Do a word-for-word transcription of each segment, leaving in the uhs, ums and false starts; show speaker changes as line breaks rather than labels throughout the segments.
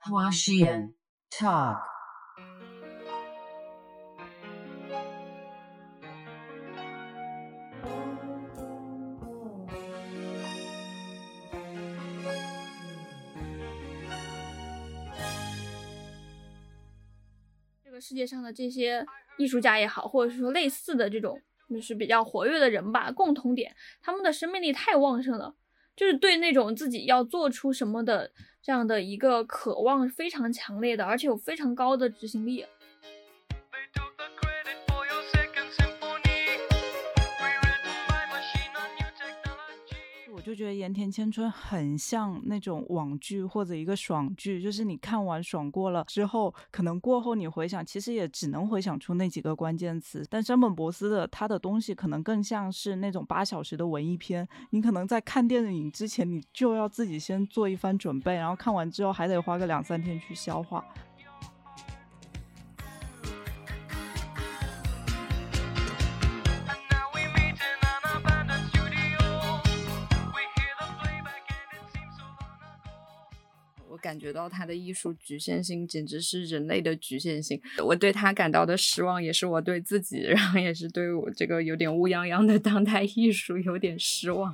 花絮 Talk。
这个世界上的这些艺术家也好，或者是说类似的这种就是比较活跃的人吧，共同点，他们的生命力太旺盛了，就是对那种自己要做出什么的这样的一个渴望非常强烈的，而且有非常高的执行力。
我就觉得盐田千春很像那种网剧或者一个爽剧，就是你看完爽过了之后，可能过后你回想其实也只能回想出那几个关键词，但山本博司的他的东西可能更像是那种八小时的文艺片，你可能在看电影之前你就要自己先做一番准备，然后看完之后还得花个两三天去消化。
我感觉到他的艺术局限性简直是人类的局限性，我对他感到的失望也是我对自己，然后也是对我这个有点乌泱泱的当代艺术有点失望。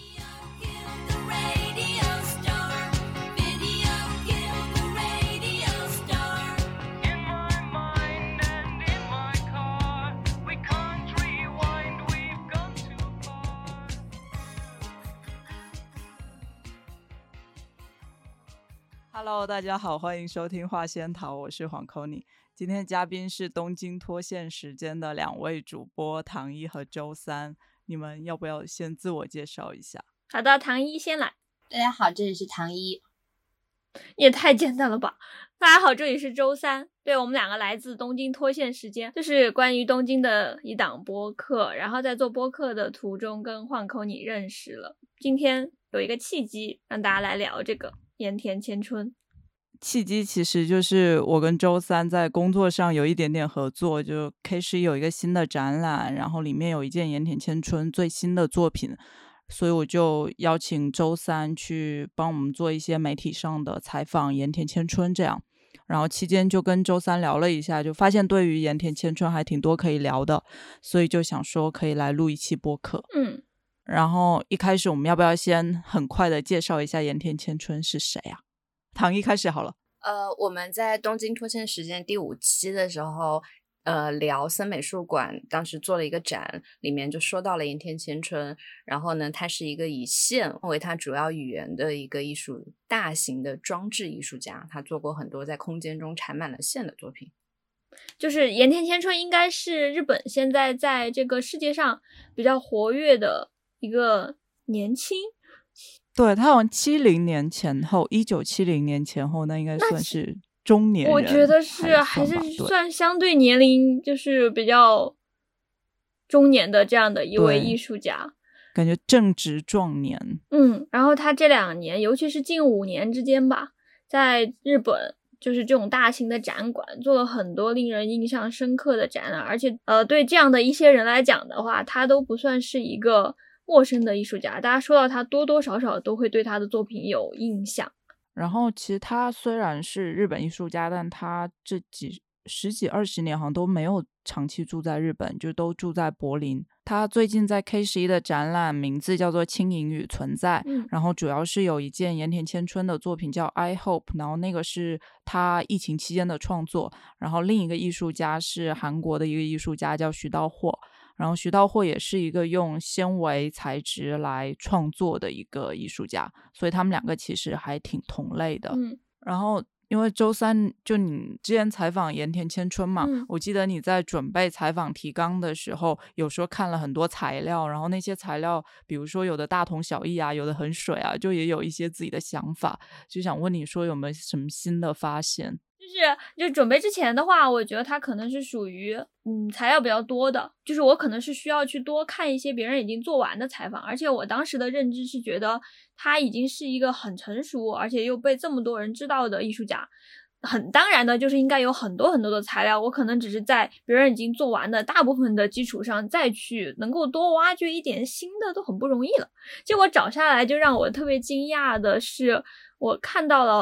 Hello， 大家好，欢迎收听画仙桃，我是黄 Kony。今天嘉宾是东京脱线时间的两位主播唐一和周三，你们要不要先自我介绍一下？
好的，唐一先来。
大家好，这里是唐一。
也太简单了吧。大家好，这里是周三。对，我们两个来自东京脱线时间，这是关于东京的一档播客，然后在做播客的途中跟黄 Kony认识了，今天有一个契机让大家来聊这个盐田千春。
契机其实就是我跟周三在工作上有一点点合作，就 K 十一有一个新的展览，然后里面有一件盐田千春最新的作品，所以我就邀请周三去帮我们做一些媒体上的采访盐田千春这样，然后期间就跟周三聊了一下，就发现对于盐田千春还挺多可以聊的，所以就想说可以来录一期播客。
嗯，
然后一开始我们要不要先很快的介绍一下盐田千春是谁啊？唐一开始好了。
呃，我们在东京脱线时间第五期的时候，呃，聊森美术馆，当时做了一个展，里面就说到了盐田千春。然后呢，它是一个以线为它主要语言的一个艺术大型的装置艺术家，他做过很多在空间中缠满了线的作品。
就是盐田千春应该是日本现在在这个世界上比较活跃的一个年轻。
对，他好像七零年前后，一九七零年前后，那应该算是中年人。
我觉得是还是算相对年龄就是比较中年的这样的一位艺术家，
感觉正值壮年。
嗯，然后他这两年，尤其是近五年之间吧，在日本就是这种大型的展馆做了很多令人印象深刻的展览，而且呃，对这样的一些人来讲的话，他都不算是一个陌生的艺术家，大家说到他多多少少都会对他的作品有印象。
然后其实他虽然是日本艺术家，但他这几十几二十年好像都没有长期住在日本，就都住在柏林。他最近在 K 十一 的展览名字叫做轻盈与存在、
嗯、
然后主要是有一件盐田千春的作品叫 I Hope， 然后那个是他疫情期间的创作。然后另一个艺术家是韩国的一个艺术家叫徐道霍，然后徐道霍也是一个用纤维材质来创作的一个艺术家，所以他们两个其实还挺同类的。
嗯，
然后因为周三就你之前采访盐田千春嘛、
嗯、
我记得你在准备采访提纲的时候有说看了很多材料，然后那些材料比如说有的大同小异啊，有的很水啊，就也有一些自己的想法，就想问你说有没有什么新的发现。
就是就准备之前的话，我觉得它可能是属于嗯材料比较多的，就是我可能是需要去多看一些别人已经做完的采访，而且我当时的认知是觉得他已经是一个很成熟而且又被这么多人知道的艺术家，很当然的就是应该有很多很多的材料，我可能只是在别人已经做完的大部分的基础上再去能够多挖掘一点新的都很不容易了。结果找下来就让我特别惊讶的是，我看到了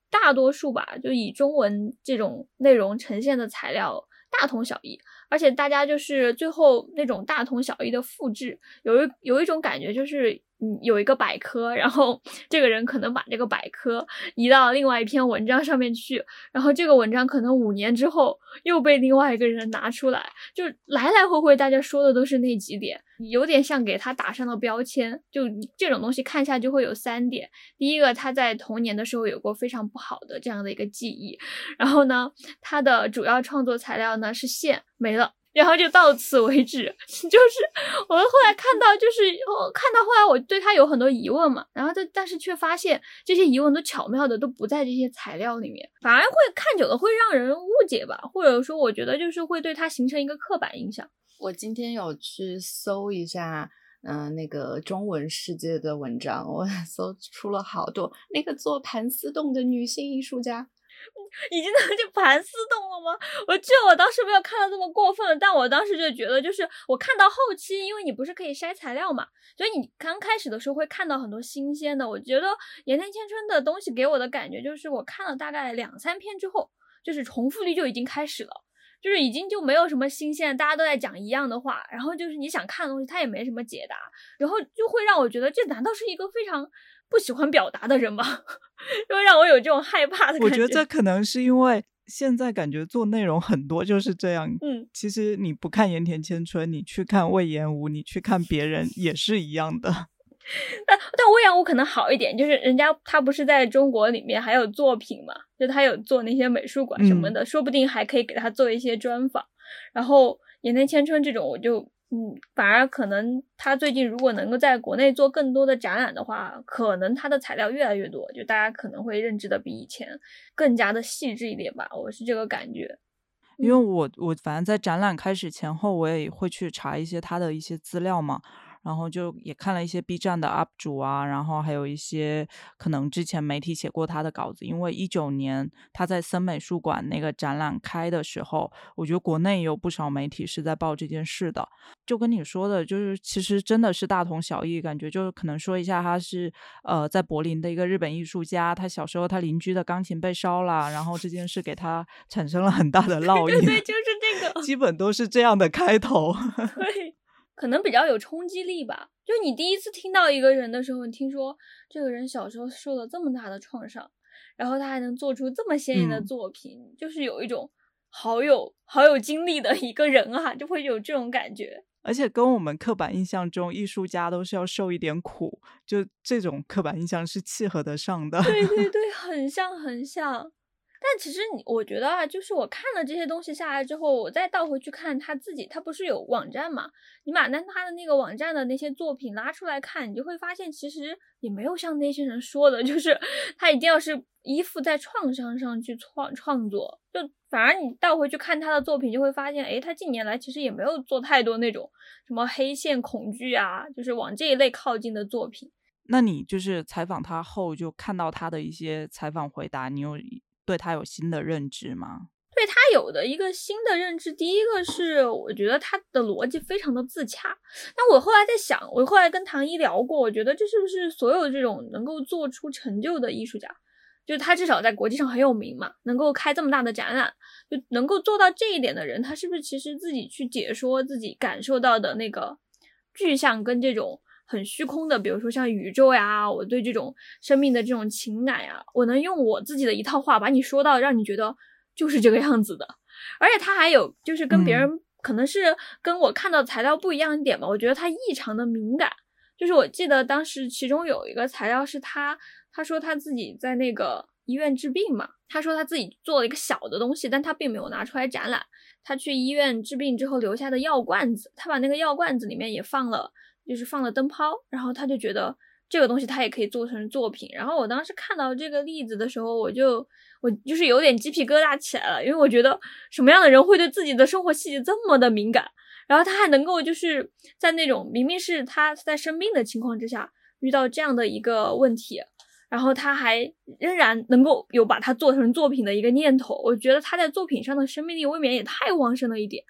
大多数吧，就以中文这种内容呈现的材料大同小异，而且大家就是最后那种大同小异的复制，有一有一种感觉就是嗯，有一个百科，然后这个人可能把这个百科移到另外一篇文章上面去，然后这个文章可能五年之后又被另外一个人拿出来，就来来回回大家说的都是那几点，有点像给他打上了标签。就这种东西看下就会有三点，第一个他在童年的时候有过非常不好的这样的一个记忆，然后呢他的主要创作材料呢是线没了，然后就到此为止。就是我后来看到就是哦，看到后来我对他有很多疑问嘛，然后但但是却发现这些疑问都巧妙的都不在这些材料里面，反而会看久了会让人误解吧，或者说我觉得就是会对他形成一个刻板印象。
我今天有去搜一下嗯、呃，那个中文世界的文章，我搜出了好多那个做盘丝洞的女性艺术家
已经能去盘丝洞了吗？我记得我当时没有看到这么过分，但我当时就觉得就是我看到后期，因为你不是可以筛材料嘛，所以你刚开始的时候会看到很多新鲜的。我觉得盐田千春的东西给我的感觉就是我看了大概两三篇之后，就是重复率就已经开始了，就是已经就没有什么新鲜，大家都在讲一样的话，然后就是你想看的东西它也没什么解答，然后就会让我觉得这难道是一个非常不喜欢表达的人吗？就会让我有这种害怕的感觉。
我觉得这可能是因为现在感觉做内容很多就是这样，
嗯，
其实你不看盐田千春，你去看魏延武，你去看别人也是一样的。
但但魏延武可能好一点，就是人家他不是在中国里面还有作品嘛，就他有做那些美术馆什么的、嗯、说不定还可以给他做一些专访。然后盐田千春这种我就嗯，反而可能他最近如果能够在国内做更多的展览的话，可能他的材料越来越多，就大家可能会认知的比以前更加的细致一点吧，我是这个感觉。
因为我我反正在展览开始前后我也会去查一些他的一些资料嘛，然后就也看了一些 B 站的 U P 主啊，然后还有一些可能之前媒体写过他的稿子。因为一九年他在森美术馆那个展览开的时候，我觉得国内有不少媒体是在报这件事的。就跟你说的，就是其实真的是大同小异，感觉就是可能说一下他是呃在柏林的一个日本艺术家，他小时候他邻居的钢琴被烧了，然后这件事给他产生了很大的烙印。
对对，就是这个，
基本都是这样的开头。
对。可能比较有冲击力吧，就你第一次听到一个人的时候，你听说这个人小时候受了这么大的创伤，然后他还能做出这么鲜艳的作品、嗯、就是有一种好有好有经历的一个人啊，就会有这种感觉。
而且跟我们刻板印象中艺术家都是要受一点苦，就这种刻板印象是契合得上的。
对对对，很像很像。但其实你我觉得啊，就是我看了这些东西下来之后，我再倒回去看他自己，他不是有网站嘛，你把那他的那个网站的那些作品拉出来看，你就会发现其实也没有像那些人说的就是他一定要是依附在创伤上去创创作，就反而你倒回去看他的作品就会发现，诶，他近年来其实也没有做太多那种什么黑线恐惧啊，就是往这一类靠近的作品。
那你就是采访他后就看到他的一些采访回答，你有对他有新的认知吗？
对他有的一个新的认知，第一个是我觉得他的逻辑非常的自洽。但我后来在想，我后来跟唐一聊过，我觉得这是不是所有这种能够做出成就的艺术家，就是他至少在国际上很有名嘛，能够开这么大的展览，就能够做到这一点的人，他是不是其实自己去解说自己感受到的那个具象跟这种很虚空的，比如说像宇宙呀，我对这种生命的这种情感呀，我能用我自己的一套话把你说到让你觉得就是这个样子的。而且他还有就是跟别人、嗯、可能是跟我看到材料不一样一点吧，我觉得他异常的敏感。就是我记得当时其中有一个材料是他他说他自己在那个医院治病嘛，他说他自己做了一个小的东西，但他并没有拿出来展览。他去医院治病之后留下的药罐子，他把那个药罐子里面也放了就是放了灯泡，然后他就觉得这个东西他也可以做成作品。然后我当时看到这个例子的时候，我就我就是有点鸡皮疙瘩起来了，因为我觉得什么样的人会对自己的生活细节这么的敏感，然后他还能够就是在那种明明是他在生病的情况之下遇到这样的一个问题，然后他还仍然能够有把它做成作品的一个念头。我觉得他在作品上的生命力未免也太旺盛了一点。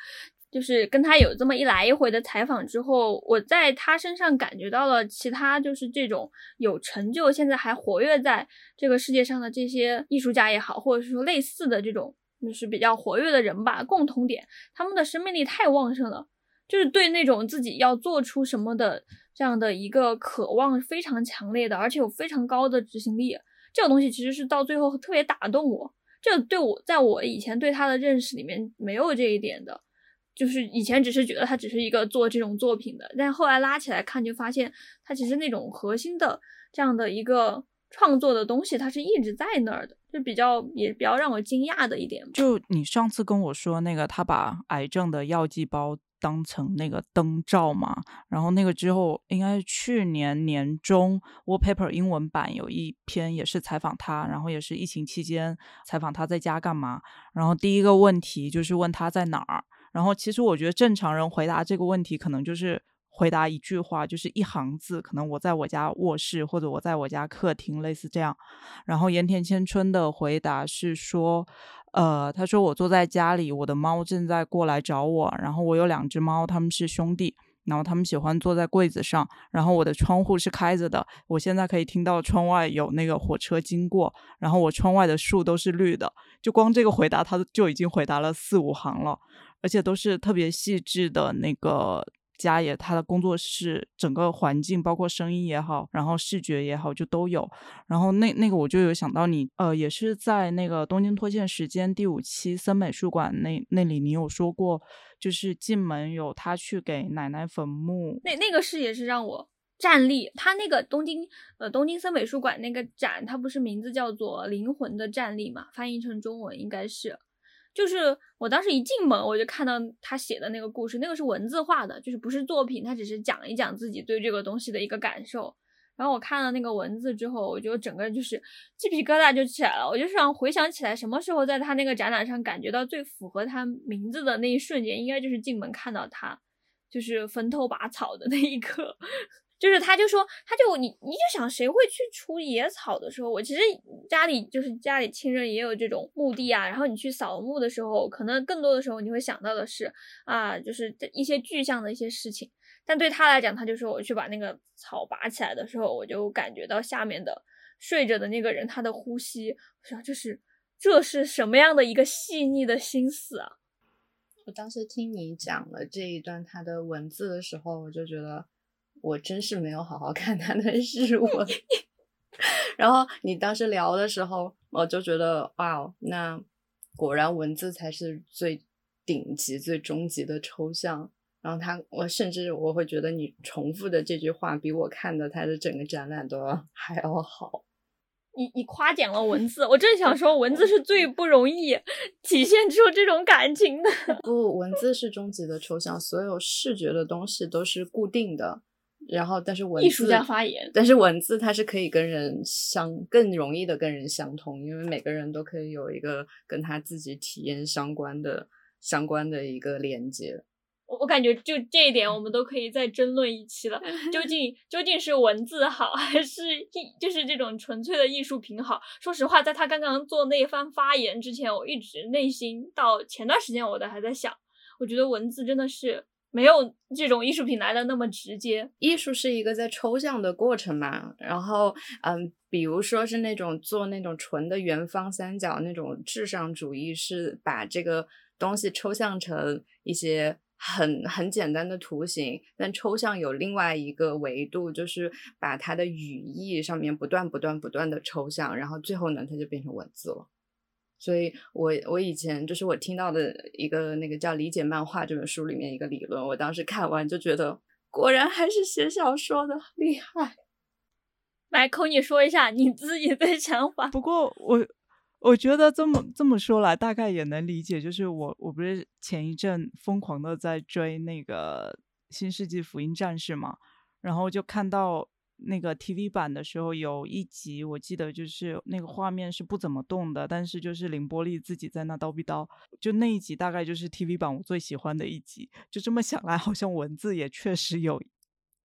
就是跟他有这么一来一回的采访之后，我在他身上感觉到了其他就是这种有成就现在还活跃在这个世界上的这些艺术家也好，或者是说类似的这种就是比较活跃的人吧，共同点，他们的生命力太旺盛了，就是对那种自己要做出什么的这样的一个渴望非常强烈的，而且有非常高的执行力。这种东西其实是到最后特别打动我，这对我在我以前对他的认识里面没有这一点的，就是以前只是觉得他只是一个做这种作品的，但后来拉起来看就发现他其实那种核心的这样的一个创作的东西它是一直在那儿的，就比较也比较让我惊讶的一点。
就你上次跟我说那个他把癌症的药剂包当成那个灯罩嘛，然后那个之后应该是去年年中 Wallpaper 英文版有一篇也是采访他，然后也是疫情期间采访他在家干嘛，然后第一个问题就是问他在哪儿，然后其实我觉得正常人回答这个问题可能就是回答一句话，就是一行字，可能我在我家卧室或者我在我家客厅类似这样。然后盐田千春的回答是说呃，他说我坐在家里，我的猫正在过来找我，然后我有两只猫，它们是兄弟，然后他们喜欢坐在柜子上，然后我的窗户是开着的，我现在可以听到窗外有那个火车经过，然后我窗外的树都是绿的。就光这个回答他就已经回答了四五行了，而且都是特别细致的那个家也，他的工作室整个环境包括声音也好，然后视觉也好就都有。然后那那个我就有想到你呃，也是在那个东京脱线时间第五期森美术馆那那里你有说过，就是进门有他去给奶奶坟墓，
那那个事也是让我站立。他那个东京呃东京森美术馆那个展，它不是名字叫做灵魂的站立嘛，翻译成中文应该是，就是我当时一进门我就看到他写的那个故事，那个是文字化的，就是不是作品，他只是讲一讲自己对这个东西的一个感受。然后我看了那个文字之后，我就整个就是鸡皮疙瘩就起来了，我就想回想起来什么时候在他那个展览上感觉到最符合他名字的那一瞬间，应该就是进门看到他就是坟头拔草的那一刻。就是他就说他就你你就想谁会去除野草的时候，我其实家里就是家里亲人也有这种墓地啊，然后你去扫墓的时候，可能更多的时候你会想到的是啊，就是一些具象的一些事情，但对他来讲，他就说我去把那个草拔起来的时候，我就感觉到下面的睡着的那个人他的呼吸，我想这是这是什么样的一个细腻的心思啊。
我当时听你讲了这一段他的文字的时候，我就觉得我真是没有好好看他的日文。然后你当时聊的时候，我就觉得哇，那果然文字才是最顶级最终极的抽象。然后他我甚至我会觉得你重复的这句话比我看的他的整个展览都要还要好。
你你夸奖了文字，我正想说文字是最不容易体现出这种感情的。
不，文字是终极的抽象，所有视觉的东西都是固定的，然后但是文字
艺术家发言，
但是文字它是可以跟人相更容易的跟人相通，因为每个人都可以有一个跟他自己体验相关的相关的一个连接。
我感觉就这一点我们都可以再争论一期了，究竟究竟是文字好还是就是这种纯粹的艺术品好。说实话，在他刚刚做那番发言之前，我一直内心到前段时间我都还在想，我觉得文字真的是没有这种艺术品来的那么直接。
艺术是一个在抽象的过程嘛，然后嗯，比如说是那种做那种纯的圆方三角那种至上主义，是把这个东西抽象成一些很很简单的图形，但抽象有另外一个维度，就是把它的语义上面不断不断不断的抽象，然后最后呢它就变成文字了。所以我我以前就是我听到的一个那个叫理解漫画这本书里面一个理论，我当时看完就觉得果然还是写小说的厉害。
来扣你说一下你自己的想法。
不过我我觉得这么这么说来大概也能理解，就是我我不是前一阵疯狂的在追那个新世纪福音战士嘛，然后就看到那个 T V 版的时候有一集我记得就是那个画面是不怎么动的，但是就是凌波丽自己在那叨逼叨，就那一集大概就是 T V 版我最喜欢的一集。就这么想来好像文字也确实有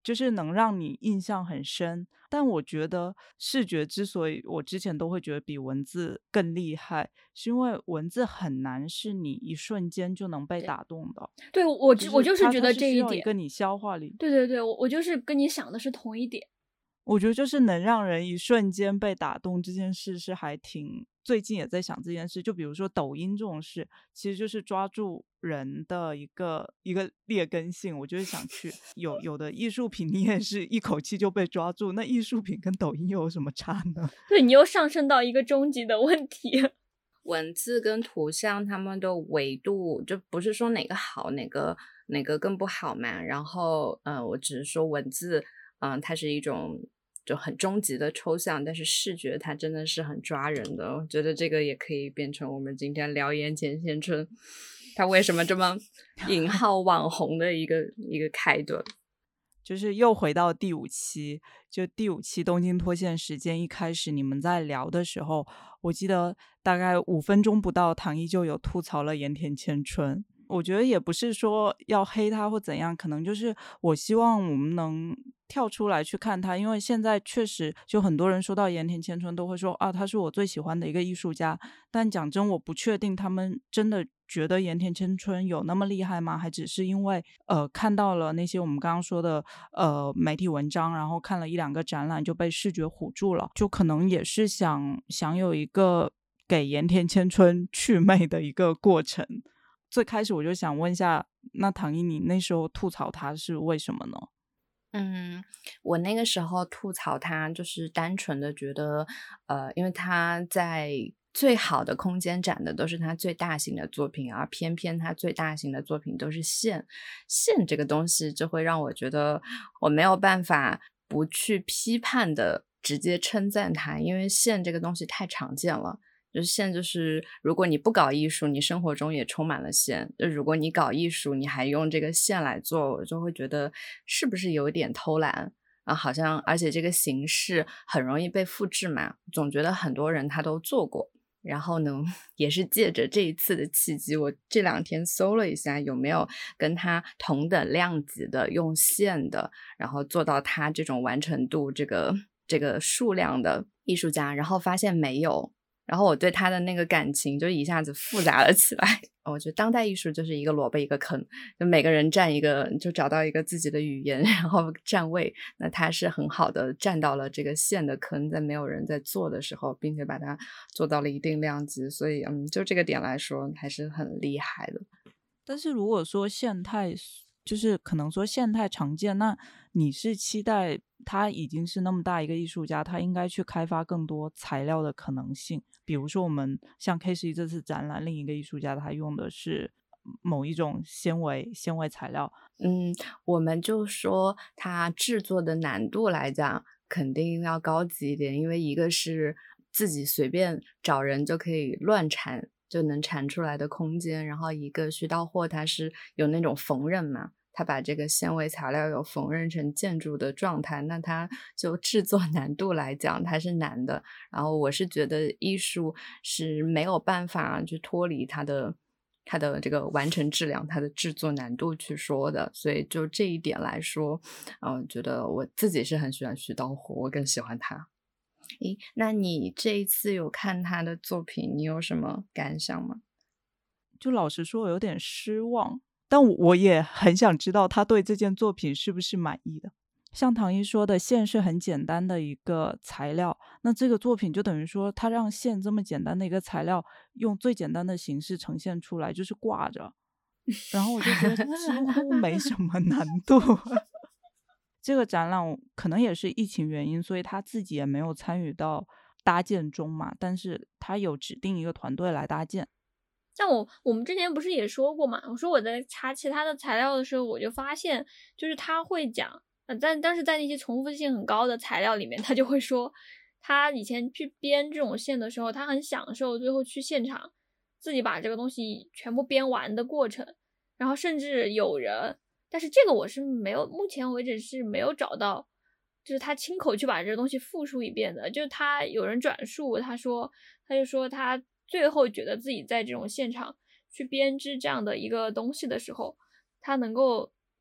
就是能让你印象很深。但我觉得视觉之所以我之前都会觉得比文字更厉害，是因为文字很难是你一瞬间就能被打动的。
对，我
就
我就是
它
觉得
它是需要一
这一点，
个你消化力。
对对对，我我就是跟你想的是同一点。
我觉得就是能让人一瞬间被打动这件事是还挺，最近也在想这件事。就比如说抖音这种事，其实就是抓住人的一个一个劣根性。我就是想去有有的艺术品你也是一口气就被抓住，那艺术品跟抖音又有什么差呢？
对，你又上升到一个终极的问题。
文字跟图像他们的维度就不是说哪个好哪个哪个更不好嘛，然后呃，我只是说文字嗯、呃，它是一种就很终极的抽象，但是视觉它真的是很抓人的。我觉得这个也可以变成我们今天聊岩田千春他为什么这么引号网红的一个一个开端。
就是又回到第五期，就第五期东京脱线时间一开始你们在聊的时候，我记得大概五分钟不到唐一就有吐槽了盐田千春。我觉得也不是说要黑他或怎样，可能就是我希望我们能跳出来去看他，因为现在确实就很多人说到盐田千春都会说啊，他是我最喜欢的一个艺术家，但讲真我不确定他们真的觉得盐田千春有那么厉害吗？还只是因为呃看到了那些我们刚刚说的呃媒体文章，然后看了一两个展览就被视觉唬住了，就可能也是想想有一个给盐田千春祛魅的一个过程。最开始我就想问一下，那唐一你那时候吐槽他是为什么呢？
嗯，我那个时候吐槽他就是单纯的觉得呃，因为他在最好的空间展的都是他最大型的作品，而偏偏他最大型的作品都是线线这个东西，就会让我觉得我没有办法不去批判的直接称赞他，因为线这个东西太常见了。就是线就是如果你不搞艺术，你生活中也充满了线，就如果你搞艺术你还用这个线来做，我就会觉得是不是有点偷懒啊？好像而且这个形式很容易被复制嘛，总觉得很多人他都做过。然后呢也是借着这一次的契机，我这两天搜了一下有没有跟他同等量级的用线的，然后做到他这种完成度这个这个数量的艺术家，然后发现没有，然后我对他的那个感情就一下子复杂了起来。我觉得当代艺术就是一个萝卜一个坑，就每个人站一个，就找到一个自己的语言然后站位，那他是很好的站到了这个线的坑，在没有人在做的时候，并且把它做到了一定量级，所以嗯，就这个点来说还是很厉害的。
但是如果说线太就是可能说线太常见，那你是期待他已经是那么大一个艺术家，他应该去开发更多材料的可能性。比如说我们像 K 十一 这次展览，另一个艺术家他用的是某一种纤维纤维材料。
嗯，我们就说他制作的难度来讲肯定要高级一点，因为一个是自己随便找人就可以乱缠就能缠出来的空间，然后一个徐道货它是有那种缝纫嘛，它把这个纤维材料有缝纫成建筑的状态，那它就制作难度来讲它是难的。然后我是觉得艺术是没有办法去脱离它的它的这个完成质量，它的制作难度去说的，所以就这一点来说嗯、呃，觉得我自己是很喜欢徐道货，我更喜欢他。诶，那你这一次有看他的作品，你有什么感想吗？
就老实说我有点失望，但我也很想知道他对这件作品是不是满意的。像唐一说的，线是很简单的一个材料，那这个作品就等于说他让线这么简单的一个材料用最简单的形式呈现出来，就是挂着，然后我就觉得几乎没什么难度这个展览可能也是疫情原因，所以他自己也没有参与到搭建中嘛，但是他有指定一个团队来搭建。
像我我们之前不是也说过嘛，我说我在查其他的材料的时候，我就发现就是他会讲呃，但但是在那些重复性很高的材料里面，他就会说他以前去编这种线的时候，他很享受最后去现场自己把这个东西全部编完的过程，然后甚至有人，但是这个我是没有，目前为止是没有找到就是他亲口去把这个东西复述一遍的。就是他有人转述，他说他就说他最后觉得自己在这种现场去编织这样的一个东西的时候，他能够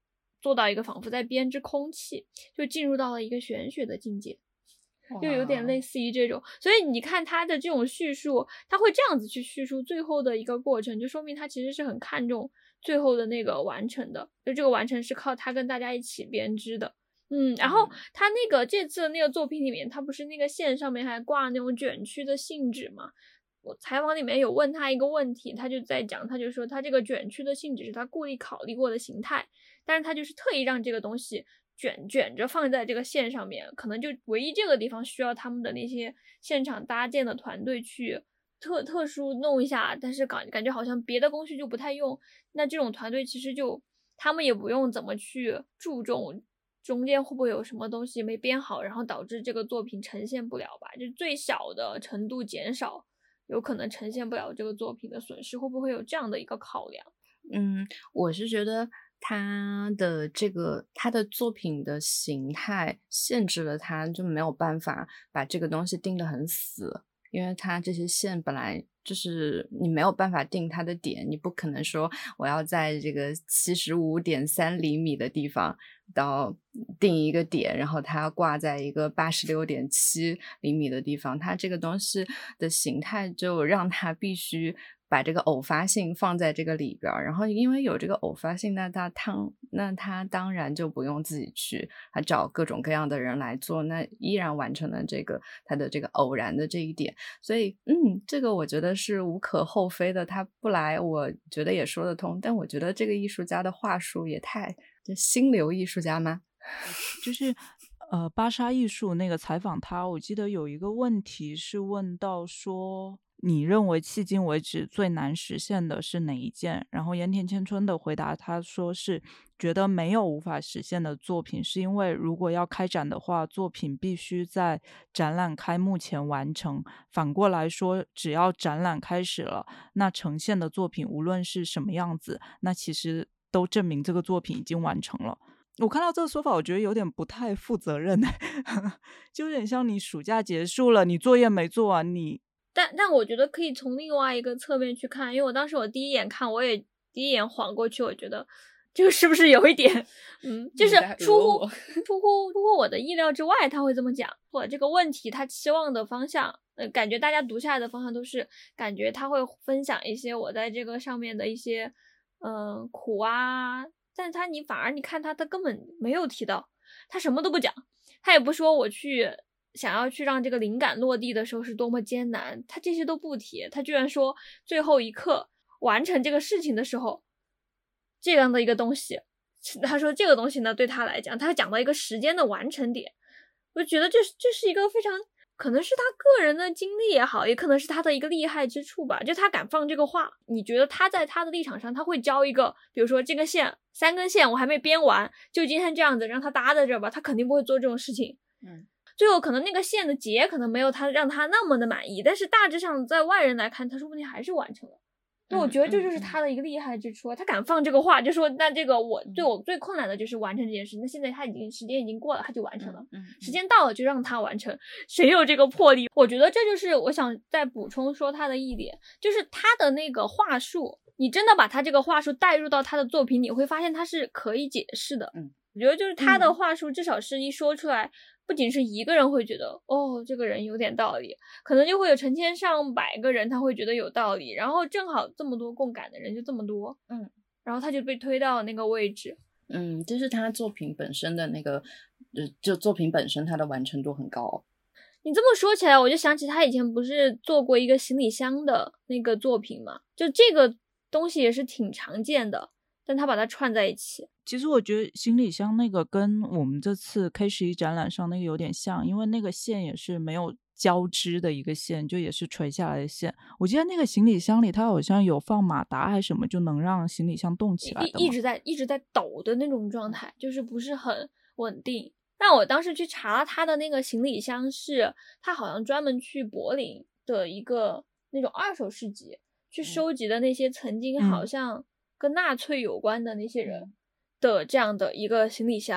做到一个仿佛在编织空气，就进入到了一个玄学的境界，就有点类似于这种。所以你看他的这种叙述，他会这样子去叙述最后的一个过程，就说明他其实是很看重最后的那个完成的，就这个完成是靠他跟大家一起编织的。嗯，然后他那个这次的那个作品里面，他不是那个线上面还挂那种卷曲的信纸嘛？我采访里面有问他一个问题，他就在讲，他就说他这个卷曲的信纸是他故意考虑过的形态，但是他就是特意让这个东西卷卷着放在这个线上面，可能就唯一这个地方需要他们的那些现场搭建的团队去特特殊弄一下，但是感感觉好像别的工序就不太用，那这种团队其实就他们也不用怎么去注重中间会不会有什么东西没编好，然后导致这个作品呈现不了吧，就最小的程度减少有可能呈现不了这个作品的损失，会不会有这样的一个考量？
嗯，我是觉得他的这个他的作品的形态限制了他，就没有办法把这个东西定得很死，因为他这些线本来就是你没有办法定它的点，你不可能说我要在这个 七十五点三 厘米的地方到定一个点，然后它挂在一个 八十六点七 厘米的地方，它这个东西的形态就让它必须把这个偶发性放在这个里边，然后因为有这个偶发性，那他当那他当然就不用自己去他找各种各样的人来做，那依然完成了这个他的这个偶然的这一点。所以嗯，这个我觉得是无可厚非的，他不来我觉得也说得通，但我觉得这个艺术家的话术也太就心流艺术家吗？
就是呃，芭莎艺术那个采访他，我记得有一个问题是问到说你认为迄今为止最难实现的是哪一件？然后盐田千春的回答他说是觉得没有无法实现的作品，是因为如果要开展的话，作品必须在展览开幕前完成，反过来说只要展览开始了，那呈现的作品无论是什么样子，那其实都证明这个作品已经完成了。我看到这个说法我觉得有点不太负责任就有点像你暑假结束了，你作业没做完，你
但但我觉得可以从另外一个侧面去看，因为我当时我第一眼看我也第一眼晃过去，我觉得这个是不是有一点嗯，就是出乎出乎出乎我的意料之外他会这么讲，或这个问题他期望的方向呃，感觉大家读下来的方向都是感觉他会分享一些我在这个上面的一些嗯、呃、苦啊，但是他你反而你看他他根本没有提到，他什么都不讲，他也不说我去想要去让这个灵感落地的时候是多么艰难，他这些都不提，他居然说最后一刻完成这个事情的时候这样的一个东西，他说这个东西呢对他来讲他讲到一个时间的完成点，我就觉得这这是一个非常可能是他个人的经历也好，也可能是他的一个厉害之处吧，就他敢放这个话，你觉得他在他的立场上他会教一个比如说这个线三根线我还没编完就今天这样子让他搭在这吧，他肯定不会做这种事情。嗯，最后可能那个线的结可能没有他让他那么的满意，但是大致上在外人来看他说不定还是完成了，那我觉得这就是他的一个厉害之处，他敢放这个话，就说那这个我对我最困难的就是完成这件事，那现在他已经时间已经过了，他就完成了，时间到了就让他完成，谁有这个魄力？我觉得这就是我想再补充说他的一点，就是他的那个话术，你真的把他这个话术带入到他的作品，你会发现他是可以解释的。嗯，我觉得就是他的话术至少是一说出来，不仅是一个人会觉得哦这个人有点道理，可能就会有成千上百个人他会觉得有道理，然后正好这么多共感的人就这么多，嗯，然后他就被推到那个位置。
嗯，就是他作品本身的那个呃，就作品本身他的完成度很高。
你这么说起来我就想起他以前不是做过一个行李箱的那个作品嘛，就这个东西也是挺常见的，但他把它串在一起。
其实我觉得行李箱那个跟我们这次 K 十一 展览上那个有点像，因为那个线也是没有交织的一个线，就也是垂下来的线。我记得那个行李箱里它好像有放马达还是什么，就能让行李箱动起来的嘛，
一直在一直在抖的那种状态，就是不是很稳定。但我当时去查了他的那个行李箱，是他好像专门去柏林的一个那种二手市集去收集的那些曾经好像跟纳粹有关的那些人的这样的一个行李箱，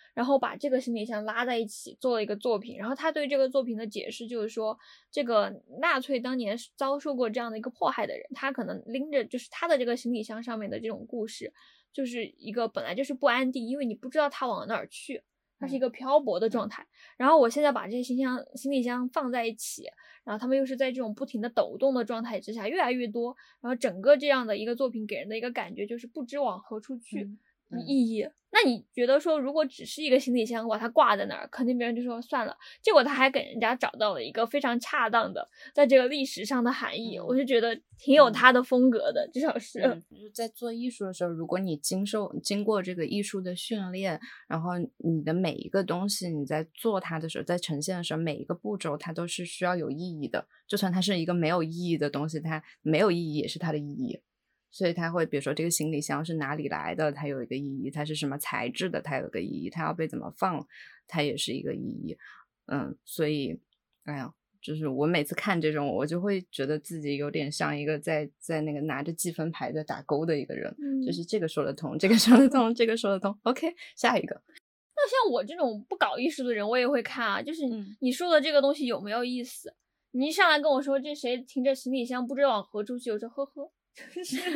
然后把这个行李箱拉在一起做了一个作品。然后他对这个作品的解释就是说，这个纳粹当年遭受过这样的一个迫害的人，他可能拎着就是他的这个行李箱上面的这种故事，就是一个本来就是不安定，因为你不知道他往哪儿去，它是一个漂泊的状态。然后我现在把这些行李箱行李箱放在一起，然后他们又是在这种不停的抖动的状态之下越来越多，然后整个这样的一个作品给人的一个感觉就是不知往何处去，
嗯嗯
意义。那你觉得说如果只是一个行李箱把它挂在那儿，肯定别人就说算了，结果他还给人家找到了一个非常恰当的在这个历史上的含义，
嗯
我就觉得挺有他的风格的，至少是、
嗯、就是在做艺术的时候，如果你经受经过这个艺术的训练，然后你的每一个东西你在做它的时候，在呈现的时候，每一个步骤它都是需要有意义的，就算它是一个没有意义的东西，它没有意义也是它的意义。所以它会比如说这个行李箱是哪里来的，它有一个意义，它是什么材质的，它有一个意义，它要被怎么放，它也是一个意义。嗯，所以哎呀，就是我每次看这种我就会觉得自己有点像一个在在那个拿着积分牌在打勾的一个人、嗯、就是这个说得通，这个说得通，这个说得通 OK 下一个。
那像我这种不搞艺术的人我也会看啊，就是你说的这个东西有没有意思、嗯、你一上来跟我说这谁停着行李箱不知道往何处去，我说呵呵就是就是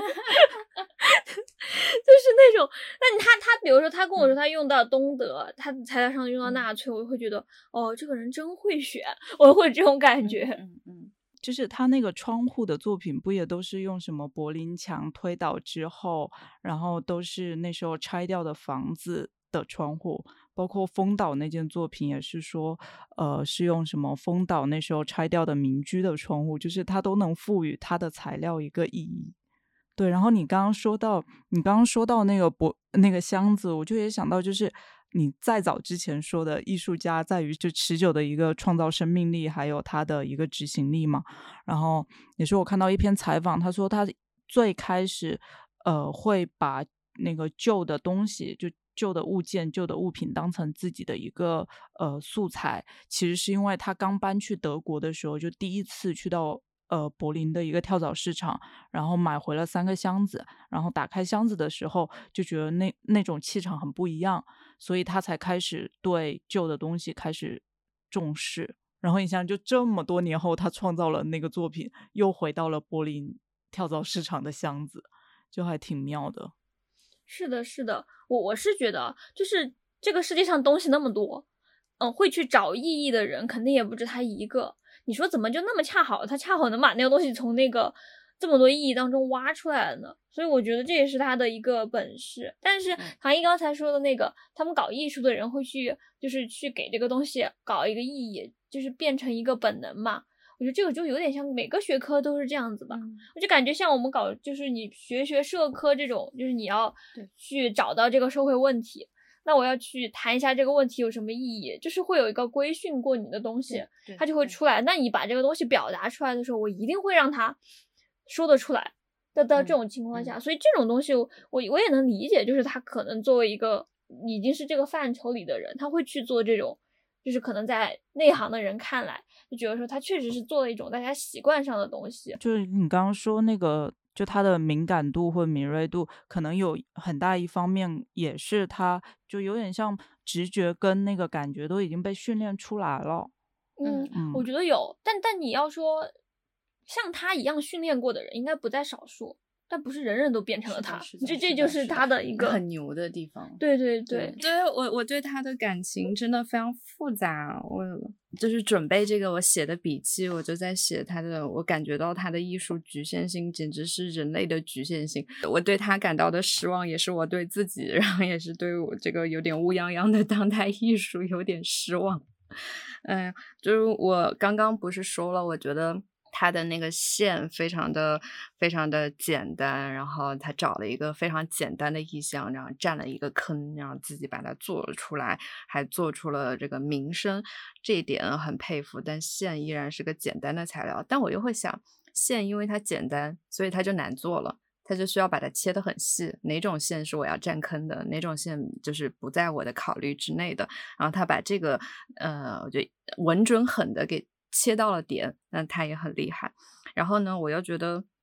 那种，那他他比如说他跟我说他用到东德，他材料上用到纳粹，我就会觉得哦，这个人真会选，我会这种感觉。
嗯嗯，
就是他那个窗户的作品不也都是用什么柏林墙推倒之后，然后都是那时候拆掉的房子的窗户，包括丰岛那件作品也是说呃，是用什么丰岛那时候拆掉的民居的窗户，就是它都能赋予它的材料一个意义。对，然后你刚刚说到你刚刚说到那个博那个箱子，我就也想到就是你再早之前说的艺术家在于就持久的一个创造生命力还有他的一个执行力嘛。然后也是我看到一篇采访，他说他最开始呃会把那个旧的东西就旧的物件旧的物品当成自己的一个呃素材，其实是因为他刚搬去德国的时候就第一次去到呃，柏林的一个跳蚤市场，然后买回了三个箱子，然后打开箱子的时候就觉得那那种气场很不一样，所以他才开始对旧的东西开始重视。然后你想就这么多年后他创造了那个作品，又回到了柏林跳蚤市场的箱子，就还挺妙的。
是的是的，我我是觉得就是这个世界上东西那么多，嗯，会去找意义的人肯定也不止他一个。你说怎么就那么恰好他恰好能把那个东西从那个这么多意义当中挖出来了呢？所以我觉得这也是他的一个本事。但是唐一刚才说的那个他们搞艺术的人会去就是去给这个东西搞一个意义，就是变成一个本能嘛，我觉得这个就有点像每个学科都是这样子吧、嗯、我就感觉像我们搞就是你学学社科这种，就是你要去找到这个社会问题，那我要去谈一下这个问题有什么意义，就是会有一个规训过你的东西，它就会出来。那你把这个东西表达出来的时候，我一定会让它说得出来的。到这种情况下、嗯嗯、所以这种东西我我也能理解，就是他可能作为一个已经是这个范畴里的人，他会去做这种，就是可能在内行的人看来就觉得说他确实是做了一种大家习惯上的东西。
就是你刚刚说那个就他的敏感度或敏锐度可能有很大一方面也是他就有点像直觉跟那个感觉都已经被训练出来了。
嗯, 嗯我觉得有，但但你要说像他一样训练过的人应该不在少数，但不是人人都变成了他，这这就是他的一个
很牛的地方。
对对对
对，我我对他的感情真的非常复杂。我就是准备这个我写的笔记，我就在写他的，我感觉到他的艺术局限性简直是人类的局限性。我对他感到的失望也是我对自己，然后也是对我这个有点乌泱泱的当代艺术有点失望。嗯，就是我刚刚不是说了，我觉得他的那个线非常的非常的简单，然后他找了一个非常简单的意象，然后占了一个坑，然后自己把它做了出来，还做出了这个名声，这一点很佩服。但线依然是个简单的材料，但我又会想，线因为它简单，所以它就难做了，它就需要把它切得很细，哪种线是我要占坑的，哪种线就是不在我的考虑之内的，然后他把这个呃，我觉得稳准狠的给切到了点，那他也很厉害。然后呢，我又觉得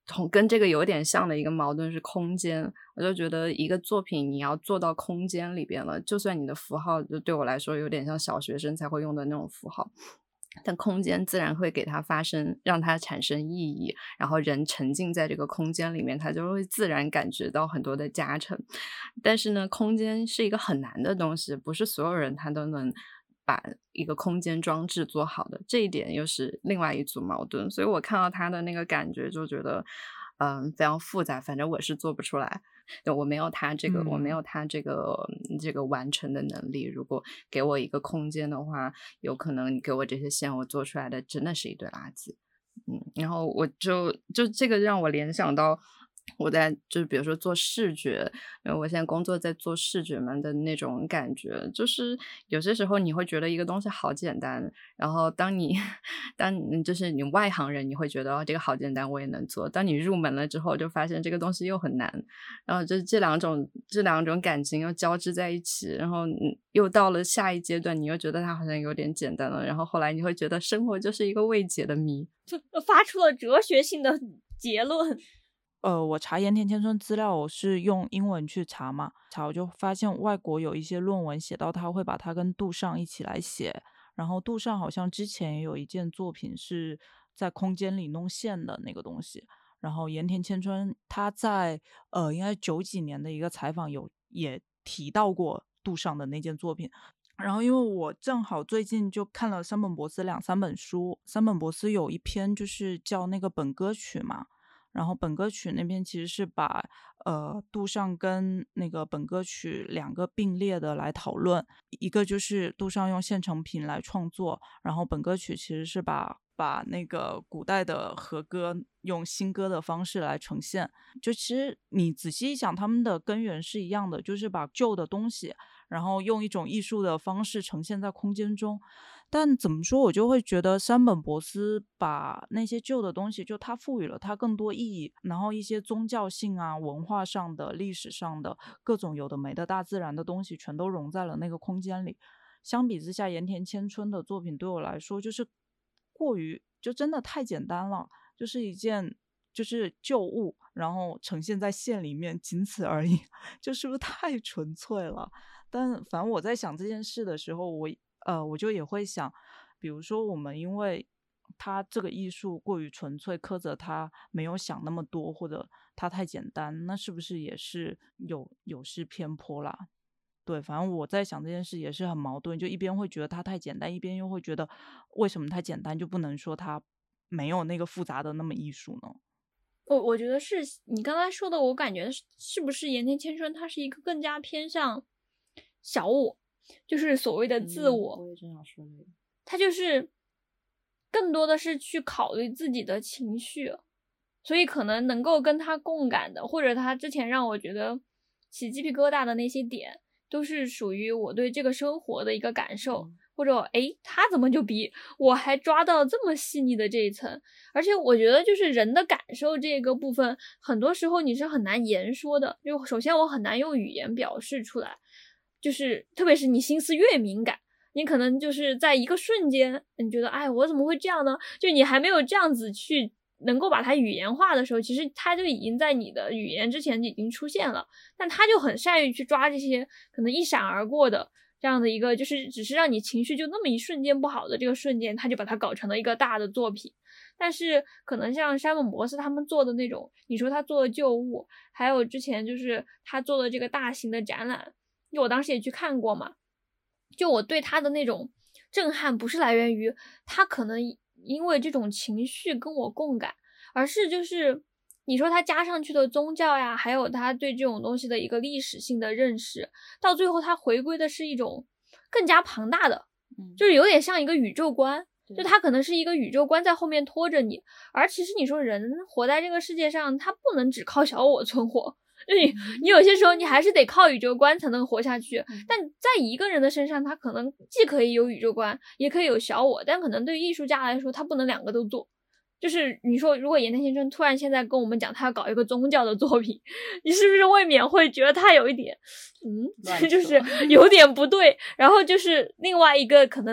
同跟这个有点像的一个矛盾是空间，我就觉得一个作品你要做到空间里边了，就算你的符号就对我来说有点像小学生才会用的那种符号，但空间自然会给它发生，让它产生意义，然后人沉浸在这个空间里面，他就会自然感觉到很多的加成。但是呢，空间是一个很难的东西，不是所有人他都能把一个空间装置做好的，这一点又是另外一组矛盾。所以我看到他的那个感觉就觉得嗯，非常复杂，反正我是做不出来，我没有他这个、嗯、我没有他这个这个完成的能力。如果给我一个空间的话，有可能你给我这些线，我做出来的真的是一堆垃圾。嗯，然后我就就这个让我联想到我在就是比如说做视觉，因为我现在工作在做视觉们的那种感觉，就是有些时候你会觉得一个东西好简单，然后当你当你就是你外行人，你会觉得哦这个好简单我也能做，当你入门了之后就发现这个东西又很难，然后就这两种这两种感情又交织在一起，然后又到了下一阶段，你又觉得它好像有点简单了，然后后来你会觉得生活就是一个未解的谜，
就发出了哲学性的结论。
呃，我查盐田千春资料，我是用英文去查嘛，查我就发现外国有一些论文写到他会把他跟杜尚一起来写，然后杜尚好像之前也有一件作品是在空间里弄线的那个东西，然后盐田千春他在呃应该九几年的一个采访有也提到过杜尚的那件作品。然后因为我正好最近就看了山本博司两三本书，山本博司有一篇就是叫那个本歌曲嘛，然后本歌曲那边其实是把呃杜尚跟那个本歌曲两个并列的来讨论，一个就是杜尚用现成品来创作，然后本歌曲其实是把把那个古代的和歌用新歌的方式来呈现。就其实你仔细一想，他们的根源是一样的，就是把旧的东西然后用一种艺术的方式呈现在空间中。但怎么说，我就会觉得山本博司把那些旧的东西，就他赋予了它更多意义，然后一些宗教性啊、文化上的、历史上的各种有的没的大自然的东西全都融在了那个空间里。相比之下，盐田千春的作品对我来说就是过于就真的太简单了，就是一件就是旧物，然后呈现在线里面，仅此而已，就是不是太纯粹了？但反正我在想这件事的时候，我呃我就也会想，比如说我们因为他这个艺术过于纯粹，苛责他没有想那么多，或者他太简单，那是不是也是有有失偏颇啦？对，反正我在想这件事也是很矛盾，就一边会觉得它太简单，一边又会觉得为什么太简单就不能说它没有那个复杂的那么艺术呢？
我我觉得是你刚才说的，我感觉是是不是盐田千春它是一个更加偏向小我，就是所谓的自我。
嗯、我也正想说这个，
他就是更多的是去考虑自己的情绪，所以可能能够跟他共感的，或者他之前让我觉得起鸡皮疙瘩的那些点，都是属于我对这个生活的一个感受，嗯、或者诶他怎么就比我还抓到这么细腻的这一层。而且我觉得就是人的感受这个部分，很多时候你是很难言说的，就首先我很难用语言表示出来，就是特别是你心思越敏感，你可能就是在一个瞬间你觉得哎我怎么会这样呢，就你还没有这样子去能够把它语言化的时候，其实它就已经在你的语言之前已经出现了，但他就很善于去抓这些可能一闪而过的这样的一个，就是只是让你情绪就那么一瞬间不好的这个瞬间，他就把它搞成了一个大的作品。但是可能像山本博司他们做的那种，你说他做的旧物，还有之前就是他做的这个大型的展览，就我当时也去看过嘛，就我对他的那种震撼不是来源于他可能因为这种情绪跟我共感，而是就是你说他加上去的宗教呀，还有他对这种东西的一个历史性的认识，到最后他回归的是一种更加庞大的，就是有点像一个宇宙观，就他可能是一个宇宙观在后面拖着你，而其实你说人活在这个世界上，他不能只靠小我存活，就你你有些时候你还是得靠宇宙观才能活下去，但在一个人的身上，他可能既可以有宇宙观，也可以有小我，但可能对于艺术家来说，他不能两个都做。就是你说如果盐田千春突然现在跟我们讲他要搞一个宗教的作品，你是不是未免会觉得他有一点嗯就是有点不对，然后就是另外一个可能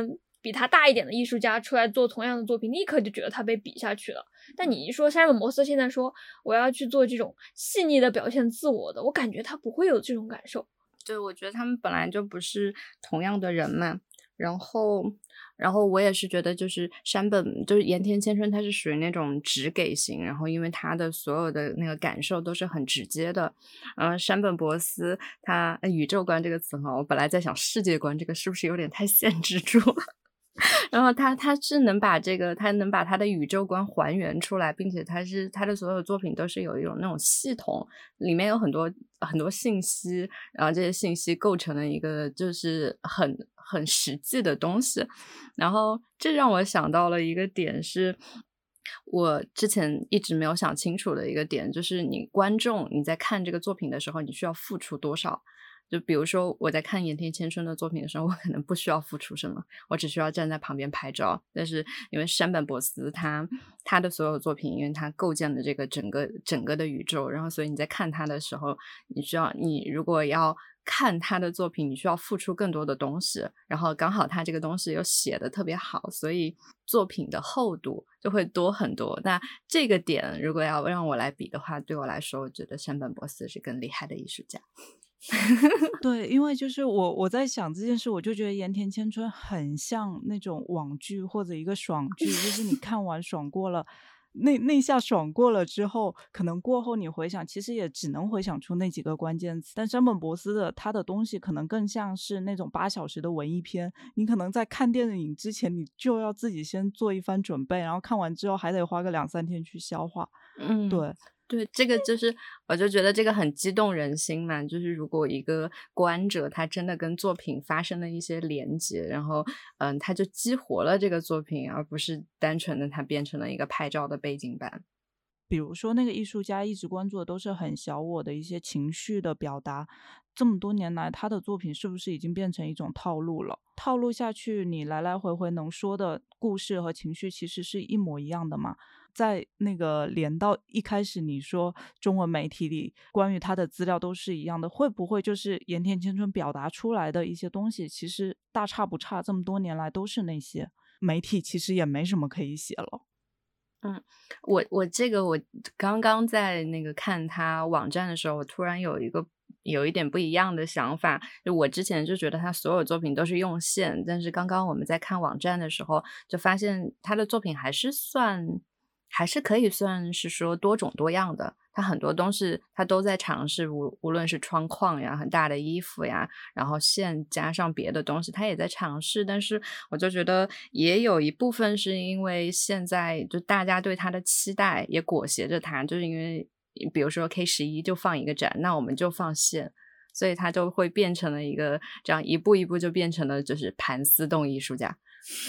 比他大一点的艺术家出来做同样的作品，立刻就觉得他被比下去了。但你一说山本摩斯现在说我要去做这种细腻的表现自我的，我感觉他不会有这种感受。
对，我觉得他们本来就不是同样的人嘛。然后然后我也是觉得就是山本就是盐田千春他是属于那种直给型，然后因为他的所有的那个感受都是很直接的。嗯、呃，山本博司他、呃、宇宙观这个词哈，我本来在想世界观这个是不是有点太限制住了然后他他是能把这个他能把他的宇宙观还原出来，并且他是他的所有作品都是有一种那种系统，里面有很多很多信息，然后这些信息构成了一个就是很很实际的东西。然后这让我想到了一个点，是我之前一直没有想清楚的一个点，就是你观众你在看这个作品的时候你需要付出多少。就比如说我在看盐田千春的作品的时候，我可能不需要付出什么，我只需要站在旁边拍照。但是因为山本博司他他的所有作品，因为他构建的这个整个整个的宇宙，然后所以你在看他的时候，你需要你如果要看他的作品，你需要付出更多的东西，然后刚好他这个东西又写得特别好，所以作品的厚度就会多很多。那这个点如果要让我来比的话，对我来说我觉得山本博司是更厉害的艺术家。
对，因为就是我我在想这件事，我就觉得盐田千春很像那种网剧或者一个爽剧，就是你看完爽过了那那下爽过了之后，可能过后你回想其实也只能回想出那几个关键词。但山本博司的他的东西可能更像是那种八小时的文艺片，你可能在看电影之前你就要自己先做一番准备，然后看完之后还得花个两三天去消化。
嗯，对对，这个就是我就觉得这个很激动人心嘛，就是如果一个观者他真的跟作品发生了一些连接，然后嗯，他就激活了这个作品，而不是单纯的他变成了一个拍照的背景板。
比如说那个艺术家一直关注的都是很小我的一些情绪的表达，这么多年来他的作品是不是已经变成一种套路了？套路下去你来来回回能说的故事和情绪其实是一模一样的嘛？在那个连到一开始你说中文媒体里关于他的资料都是一样的，会不会就是盐田千春表达出来的一些东西其实大差不差，这么多年来都是那些，媒体其实也没什么可以写了。
嗯，我我这个我刚刚在那个看他网站的时候，我突然有一个有一点不一样的想法。就我之前就觉得他所有作品都是用线，但是刚刚我们在看网站的时候，就发现他的作品还是算还是可以算是说多种多样的。他很多东西他都在尝试，无无论是窗框呀、很大的衣服呀，然后线加上别的东西，他也在尝试。但是我就觉得也有一部分是因为现在就大家对他的期待也裹挟着他，就是因为比如说 K 十一 就放一个展，那我们就放线，所以他就会变成了一个这样一步一步就变成了就是盘丝洞艺术家。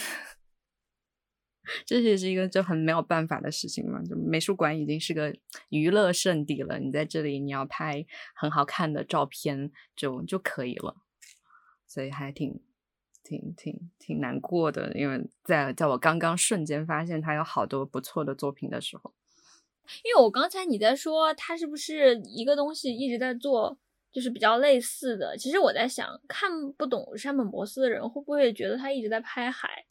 这也是一个就很没有办法的事情嘛，就美术馆已经是个娱乐胜地了，你在这里你要拍很好看的照片就就可以了，所以还挺挺挺挺难过的，因为在在我刚刚瞬间发现他有好多不错的作品的时候。
因为我刚才你在说他是不是一个东西一直在做就是比较类似的，其实我在想看不懂山本博司的人会不会觉得他一直在拍海。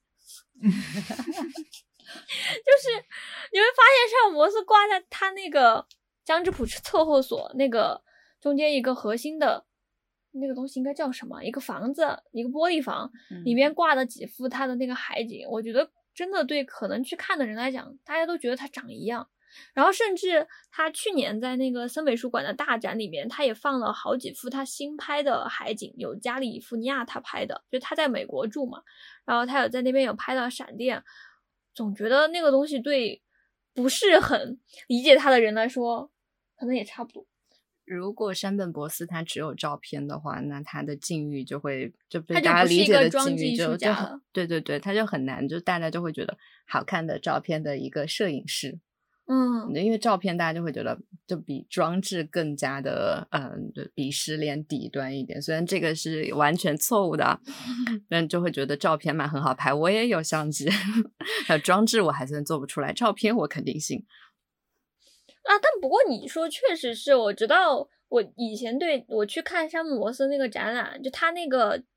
就是你会发现山本博司挂在他那个江之浦测候所那个中间一个核心的那个东西应该叫什么，一个房子，一个玻璃房，里面挂的几幅他的那个海景、嗯、我觉得真的对可能去看的人来讲大家都觉得他长一样。然后甚至他去年在那个森美术馆的大展里面他也放了好几幅他新拍的海景，有加利福尼亚他拍的，就他在美国住嘛，然后他有在那边有拍到闪电，总觉得那个东西对不是很理解他的人来说可能也差不多。
如果山本博司他只有照片的话，那他的境遇就会就被大家理解的境遇就就对对对，他就很难，就大家就会觉得好看的照片的一个摄影师。嗯，因为照片大家就会觉得就比装置更加的嗯，比失联底端一点，虽然这个是完全错误的，但就会觉得照片嘛很好拍，我也有相机装置我还算做不出来，照片我肯定行
啊。但不过你说确实是，我知道我以前对我去看山本博司那个展览，就他那个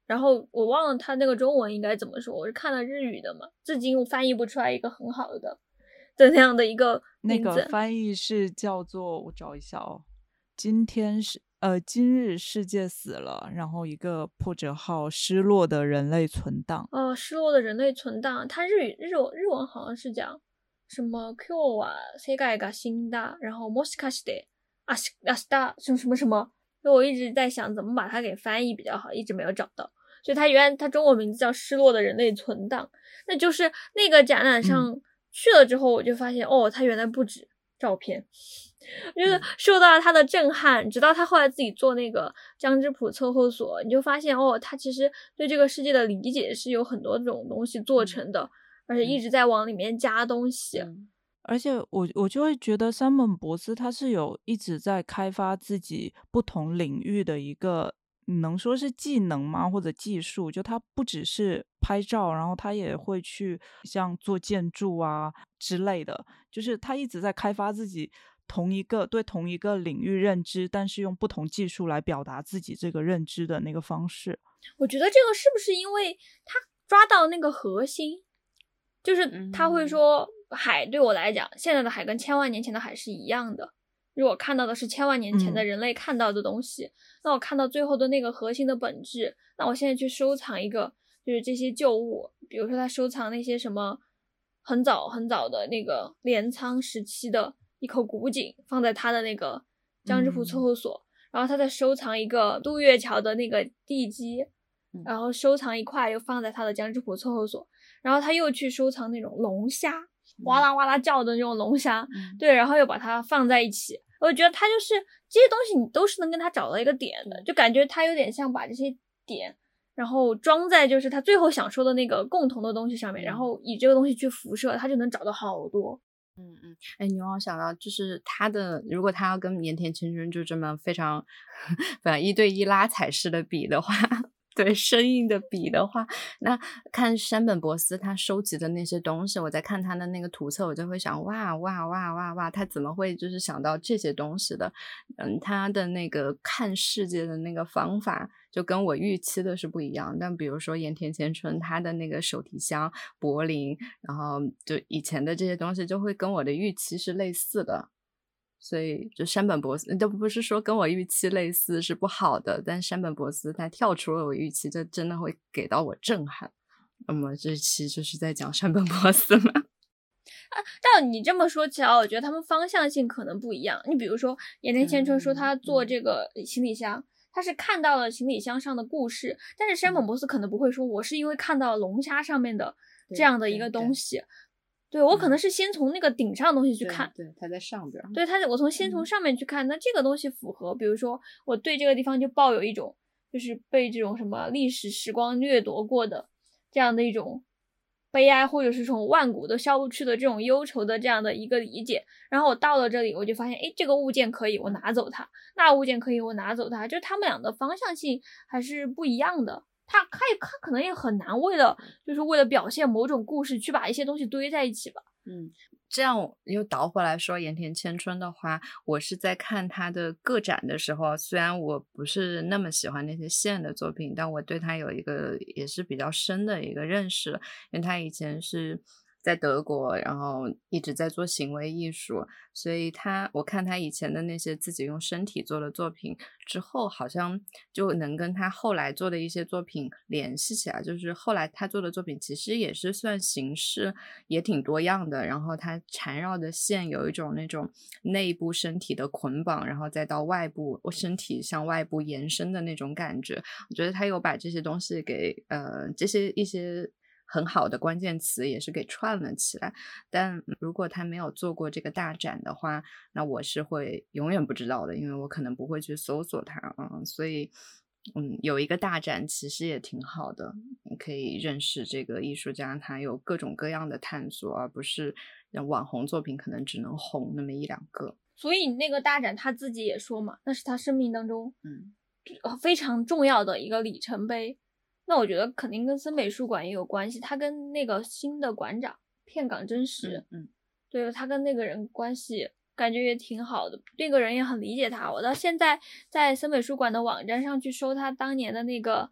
然后我忘了他那个中文应该怎么说，我是看了日语的嘛，至今我翻译不出来一个很好的的那样的一个
那
名字。
个翻译是叫做，我找一下哦，今天是呃今日世界死了，然后一个破折号失落的人类存档。
哦，失落的人类存档，它日语日文日文好像是讲什么 Q は世界が死んだ，然后もしかして明日明日什么什么什么，所以我一直在想怎么把它给翻译比较好，一直没有找到。所以它原来它中文名字叫失落的人类存档，那就是那个展览上去了之后，我就发现、嗯、哦，它原来不止照片，就是受到了他的震撼。直到他后来自己做那个江之浦测候所，你就发现哦，他其实对这个世界的理解是有很多种东西做成的，嗯、而且一直在往里面加东西。
嗯、而且我我就会觉得山本博司他是有一直在开发自己不同领域的一个。能说是技能吗？或者技术？就他不只是拍照，然后他也会去像做建筑啊之类的，就是他一直在开发自己同一个对同一个领域认知，但是用不同技术来表达自己这个认知的那个方式。
我觉得这个是不是因为他抓到那个核心，就是他会说、嗯、海对我来讲，现在的海跟千万年前的海是一样的。如果看到的是千万年前的人类看到的东西、嗯、那我看到最后的那个核心的本质，那我现在去收藏一个就是这些旧物，比如说他收藏那些什么很早很早的那个镰仓时期的一口古井放在他的那个江之浦测候所、嗯、然后他再收藏一个渡月桥的那个地基、嗯、然后收藏一块又放在他的江之浦测候所，然后他又去收藏那种龙虾，哇啦哇啦叫的那种龙虾、嗯、对，然后又把它放在一起。我觉得他就是这些东西你都是能跟他找到一个点的，就感觉他有点像把这些点然后装在就是他最后想说的那个共同的东西上面、嗯、然后以这个东西去辐射，他就能找到好多。
嗯嗯，哎，你让我想到就是他的，如果他要跟盐田千春就这么非常非常一对一拉踩式的比的话，对生硬的比的话，那看山本博司他收集的那些东西，我在看他的那个图册，我就会想哇哇哇哇哇，他怎么会就是想到这些东西的？嗯，他的那个看世界的那个方法就跟我预期的是不一样。但比如说盐田千春他的那个手提箱、柏林，然后就以前的这些东西就会跟我的预期是类似的。所以就山本博司都不是说跟我预期类似是不好的，但山本博司他跳出了我预期，这真的会给到我震撼。那么这期就是在讲山本博司嘛。
啊，但你这么说起来，我觉得他们方向性可能不一样。你比如说盐田千春说他做这个行李箱、嗯、他是看到了行李箱上的故事，但是山本博司可能不会说我是因为看到了龙虾上面的这样的一个东西。对，我可能是先从那个顶上的东西去看，
对，它在上边。
对，它我从先从上面去看，那这个东西符合，比如说我对这个地方就抱有一种就是被这种什么历史时光掠夺过的这样的一种悲哀，或者是这种万古都消不去的这种忧愁的这样的一个理解。然后我到了这里，我就发现，诶，这个物件可以，我拿走它；那物件可以，我拿走它。就是他们俩的方向性还是不一样的。他他他可能也很难为了就是为了表现某种故事去把一些东西堆在一起吧。
嗯，这样又倒回来说盐田千春的话，我是在看他的个展的时候，虽然我不是那么喜欢那些线的作品，但我对他有一个也是比较深的一个认识，因为他以前是在德国，然后一直在做行为艺术，所以他我看他以前的那些自己用身体做的作品之后，好像就能跟他后来做的一些作品联系起来，就是后来他做的作品其实也是算形式也挺多样的，然后他缠绕的线有一种那种内部身体的捆绑，然后再到外部身体向外部延伸的那种感觉，我觉得他有把这些东西给呃这些一些很好的关键词也是给串了起来。但如果他没有做过这个大展的话，那我是会永远不知道的，因为我可能不会去搜索它。嗯，所以嗯，有一个大展其实也挺好的，你可以认识这个艺术家，他有各种各样的探索，而不是网红作品可能只能红那么一两个。
所以那个大展他自己也说嘛，那是他生命当中
嗯
非常重要的一个里程碑。那我觉得肯定跟森美术馆也有关系，他跟那个新的馆长片冈真实，
嗯，
对，他跟那个人关系感觉也挺好的，那个人也很理解他。我到现在在森美术馆的网站上去搜他当年的那个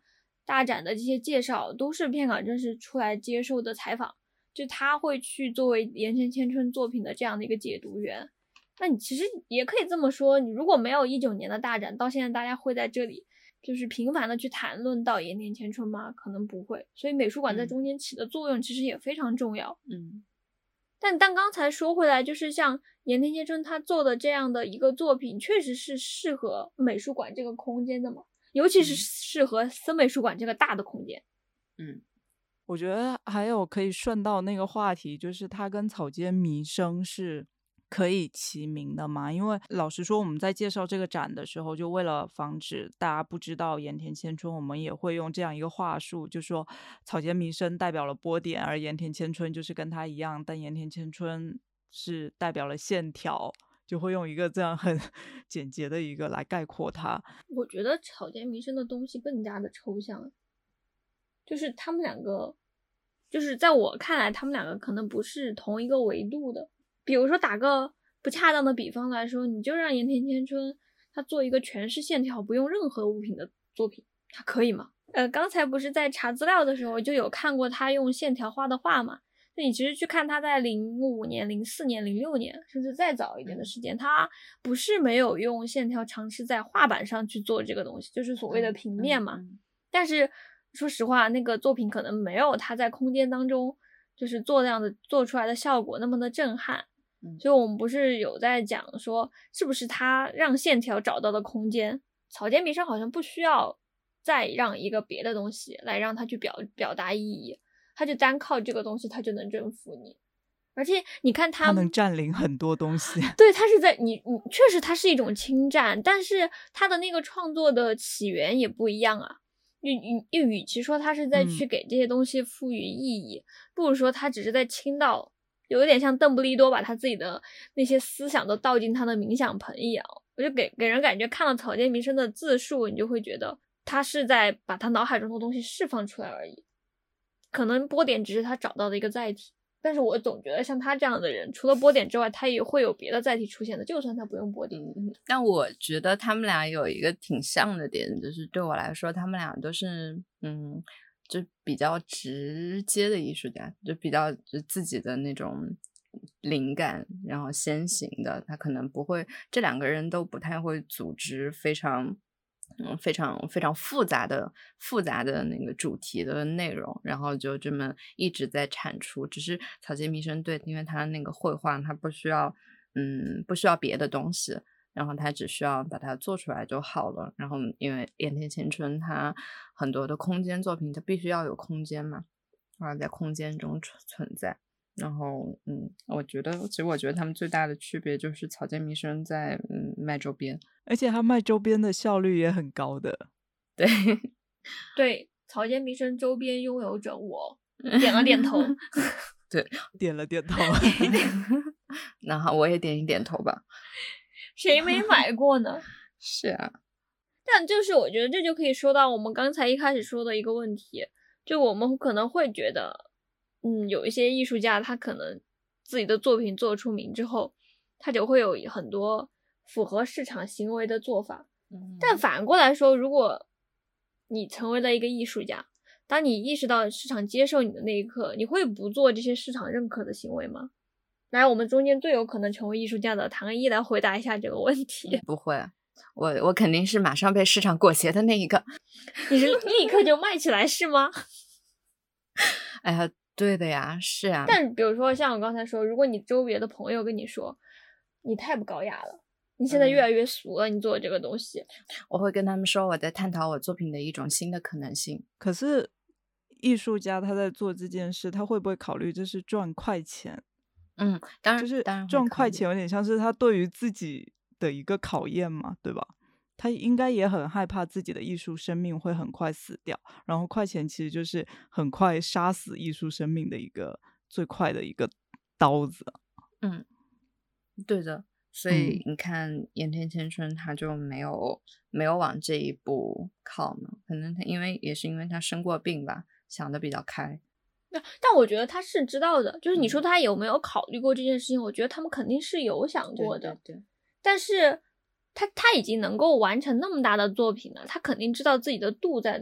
大展的这些介绍都是片冈真实出来接受的采访，就他会去作为盐田千春作品的这样的一个解读员。那你其实也可以这么说，你如果没有一九年的大展，到现在大家会在这里就是频繁的去谈论到盐田千春吗？可能不会。所以美术馆在中间起的作用其实也非常重要。
嗯，
但但刚才说回来，就是像盐田千春他做的这样的一个作品，确实是适合美术馆这个空间的嘛，尤其是适合森美术馆这个大的空间。
嗯，
我觉得还有可以顺到那个话题，就是他跟草间弥生是可以齐名的嘛？因为老实说，我们在介绍这个展的时候，就为了防止大家不知道盐田千春，我们也会用这样一个话术，就说草间弥生代表了波点，而盐田千春就是跟他一样，但盐田千春是代表了线条，就会用一个这样很简洁的一个来概括它。
我觉得草间弥生的东西更加的抽象，就是他们两个，就是在我看来，他们两个可能不是同一个维度的。比如说打个不恰当的比方来说，你就让盐田千春他做一个全是线条不用任何物品的作品，他可以吗？呃，刚才不是在查资料的时候就有看过他用线条画的画嘛？那你其实去看他在零五年、零四年、零六年，甚至再早一点的时间，他不是没有用线条尝试在画板上去做这个东西，就是所谓的平面嘛。
嗯嗯嗯、
但是说实话，那个作品可能没有他在空间当中就是做这样的做出来的效果那么的震撼。所以我们不是有在讲说是不是他让线条找到的空间，草间弥生好像不需要再让一个别的东西来让他去表表达意义，他就单靠这个东西他就能征服你。而且你看他
他能占领很多东西。
对，他是在你你确实他是一种侵占，但是他的那个创作的起源也不一样啊。与与与其说他是在去给这些东西赋予意义、嗯、不如说他只是在倾倒，有点像邓布利多把他自己的那些思想都倒进他的冥想盆一样。我就给给人感觉看了草间弥生的自述，你就会觉得他是在把他脑海中的东西释放出来而已，可能波点只是他找到的一个载体，但是我总觉得像他这样的人，除了波点之外他也会有别的载体出现的，就算他不用波点、
嗯、但我觉得他们俩有一个挺像的点，就是对我来说他们俩都是嗯就比较直接的艺术家，就比较就自己的那种灵感然后先行的，他可能不会，这两个人都不太会组织非常嗯非常非常复杂的复杂的那个主题的内容，然后就这么一直在产出。只是草间弥生对，因为他那个绘画他不需要嗯不需要别的东西，然后他只需要把它做出来就好了。然后因为盐田千春他很多的空间作品他必须要有空间嘛，然后在空间中存在。然后嗯我觉得其实我觉得他们最大的区别就是草间弥生在嗯卖周边，
而且他卖周边的效率也很高的。
对
对，草间弥生周边拥有者我点了点头
对，
点了点头
然后我也点一点头吧，
谁没买过呢
是啊，
但就是我觉得这就可以说到我们刚才一开始说的一个问题，就我们可能会觉得嗯，有一些艺术家他可能自己的作品做出名之后，他就会有很多符合市场行为的做法、嗯、但反过来说，如果你成为了一个艺术家，当你意识到市场接受你的那一刻，你会不做这些市场认可的行为吗？来，我们中间最有可能成为艺术家的唐一来回答一下这个问题。
不会，我我肯定是马上被市场裹挟的那一个。
你是立刻就卖起来是吗？
哎呀对的呀，是啊。
但比如说像我刚才说，如果你周围的朋友跟你说你太不高雅了，你现在越来越俗了、嗯、你做这个东西，
我会跟他们说我在探讨我作品的一种新的可能性。
可是艺术家他在做这件事，他会不会考虑这是赚快钱？
嗯，当然
就是赚快钱有点像是他对于自己的一个考验嘛，对吧？他应该也很害怕自己的艺术生命会很快死掉，然后快钱其实就是很快杀死艺术生命的一个最快的一个刀子。
嗯，对的。所以你看盐田千春他就没有没有往这一步靠嘛，可能他因为也是因为他生过病吧，想得比较开。
但我觉得他是知道的，就是你说他有没有考虑过这件事情、嗯、我觉得他们肯定是有想过的。
对对对，
但是他他已经能够完成那么大的作品了，他肯定知道自己的度在哪，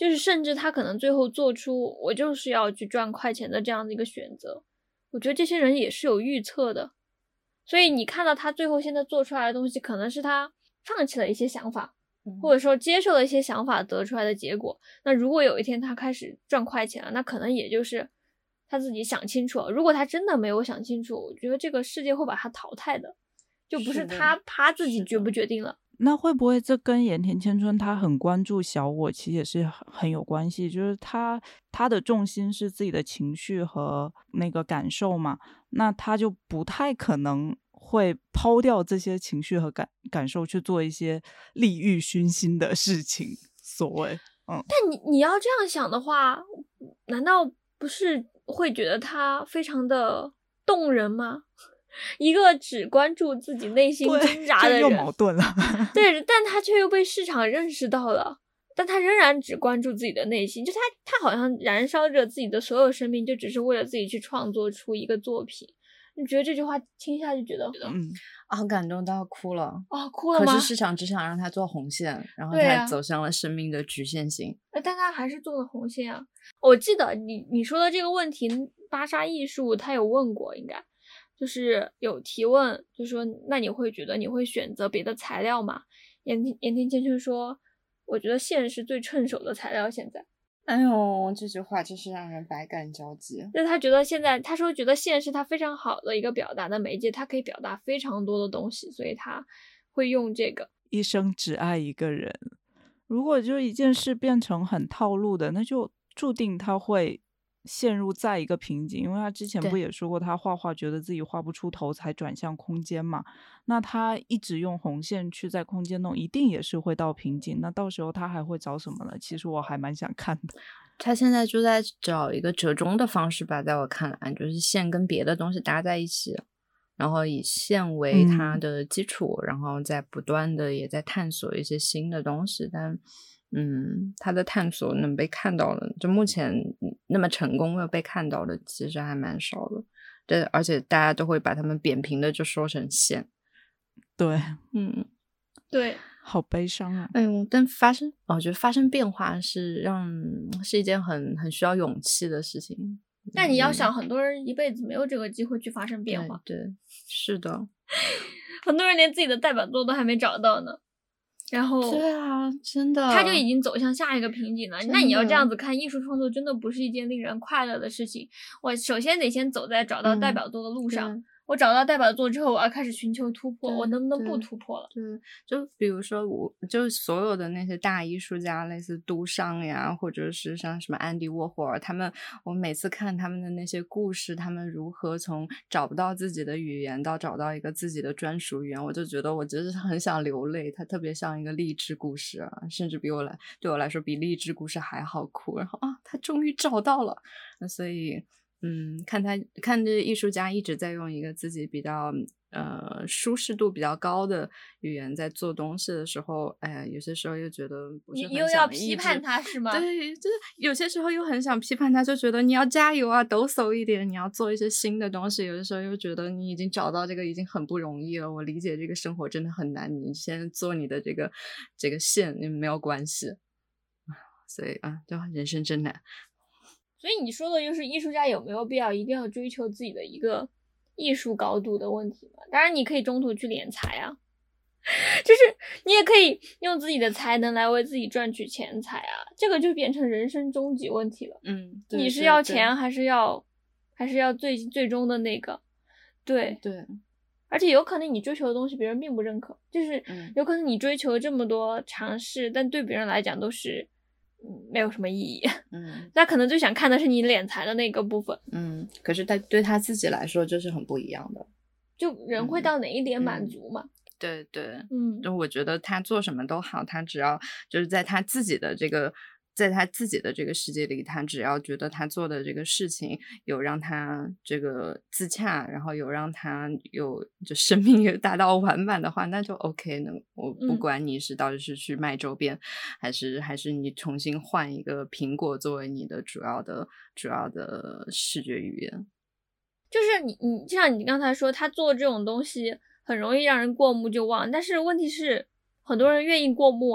就是甚至他可能最后做出我就是要去赚快钱的这样的一个选择。我觉得这些人也是有预测的，所以你看到他最后现在做出来的东西，可能是他放弃了一些想法，或者说接受了一些想法得出来的结果。那如果有一天他开始赚快钱了，那可能也就是他自己想清楚了。如果他真的没有想清楚，我觉得这个世界会把他淘汰的，就不是他他自己决不决定了。
那会不会这跟盐田千春他很关注小我其实也是很有关系，就是他他的重心是自己的情绪和那个感受嘛，那他就不太可能会抛掉这些情绪和感感受去做一些利欲熏心的事情，所谓嗯。
但你你要这样想的话，难道不是会觉得他非常的动人吗？一个只关注自己内心挣扎的人，
又矛盾了。
对，但他却又被市场认识到了，但他仍然只关注自己的内心，就他他好像燃烧着自己的所有生命，就只是为了自己去创作出一个作品。你觉得这句话听下去觉得
嗯
啊，很感动，都要哭了
啊、哦，哭了吗？
可是市场只想让他做红线，然后他走向了生命的局限性。
啊、但他还是做了红线啊！我记得你你说的这个问题，芭莎艺术他有问过，应该。就是有提问，就说那你会觉得你会选择别的材料吗？盐盐田千春说，我觉得线是最趁手的材料。现在，
哎呦，这句话真是让人百感交集。
就是他觉得现在，他说觉得线是他非常好的一个表达的媒介，它可以表达非常多的东西，所以他会用这个。
一生只爱一个人，如果就一件事变成很套路的，那就注定他会陷入在一个瓶颈，因为他之前不也说过他画画觉得自己画不出头才转向空间嘛，那他一直用红线去在空间弄，一定也是会到瓶颈，那到时候他还会找什么呢？其实我还蛮想看的。
他现在就在找一个折中的方式吧，在我看来就是线跟别的东西搭在一起，然后以线为它的基础、嗯、然后再不断的也在探索一些新的东西，但嗯，他的探索能被看到的，就目前那么成功的被看到的其实还蛮少的。对，而且大家都会把他们扁平的就说成线。
对，
嗯，对，
好悲伤啊。
哎呦，但发生，我觉得发生变化是让是一件很很需要勇气的事情。
但你要想，很多人一辈子没有这个机会去发生变化。
对，对，是的，
很多人连自己的代表作都还没找到呢。然后
对啊，真的，
他就已经走向下一个瓶颈了。那你要这样子看，艺术创作真的不是一件令人快乐的事情。我首先得先走在找到代表作的路上。嗯，我找到代表作之后，我要开始寻求突破，我能不能不突破了？
对，就比如说我，就所有的那些大艺术家，类似杜尚呀，或者是像什么安迪沃霍尔，他们，我每次看他们的那些故事，他们如何从找不到自己的语言到找到一个自己的专属语言，我就觉得我真是很想流泪。它特别像一个励志故事啊，甚至比我来对我来说比励志故事还好哭。然后啊，他终于找到了，那所以。嗯，看他看这艺术家一直在用一个自己比较呃舒适度比较高的语言在做东西的时候，哎呀，有些时候又觉得不是很想，
你又要批判他是吗？
对，就是有些时候又很想批判他，就觉得你要加油啊，抖擞一点，你要做一些新的东西。有的时候又觉得你已经找到这个已经很不容易了，我理解这个生活真的很难，你先做你的这个这个线没有关系。所以啊，就人生真难。
所以你说的就是艺术家有没有必要一定要追求自己的一个艺术高度的问题嘛？当然你可以中途去敛财啊，就是你也可以用自己的才能来为自己赚取钱财啊，这个就变成人生终极问题了。
嗯，
你是要钱还是要还是要最最终的那个？对
对，
而且有可能你追求的东西别人并不认可，就是有可能你追求这么多尝试，但对别人来讲都是嗯，没有什么意义。
嗯，
那可能最想看的是你敛财的那个部分。
嗯，可是他对他自己来说就是很不一样的。
就人会到哪一点满足嘛？
嗯、对对，
嗯，
就我觉得他做什么都好，他只要就是在他自己的这个，在他自己的这个世界里，他只要觉得他做的这个事情有让他这个自洽，然后有让他有就生命有达到完满的话，那就 OK 呢。我不管你是到底是去卖周边，嗯、还是还是你重新换一个苹果作为你的主要的主要的视觉语言。
就是你你就像你刚才说，他做这种东西很容易让人过目就忘，但是问题是很多人愿意过目啊。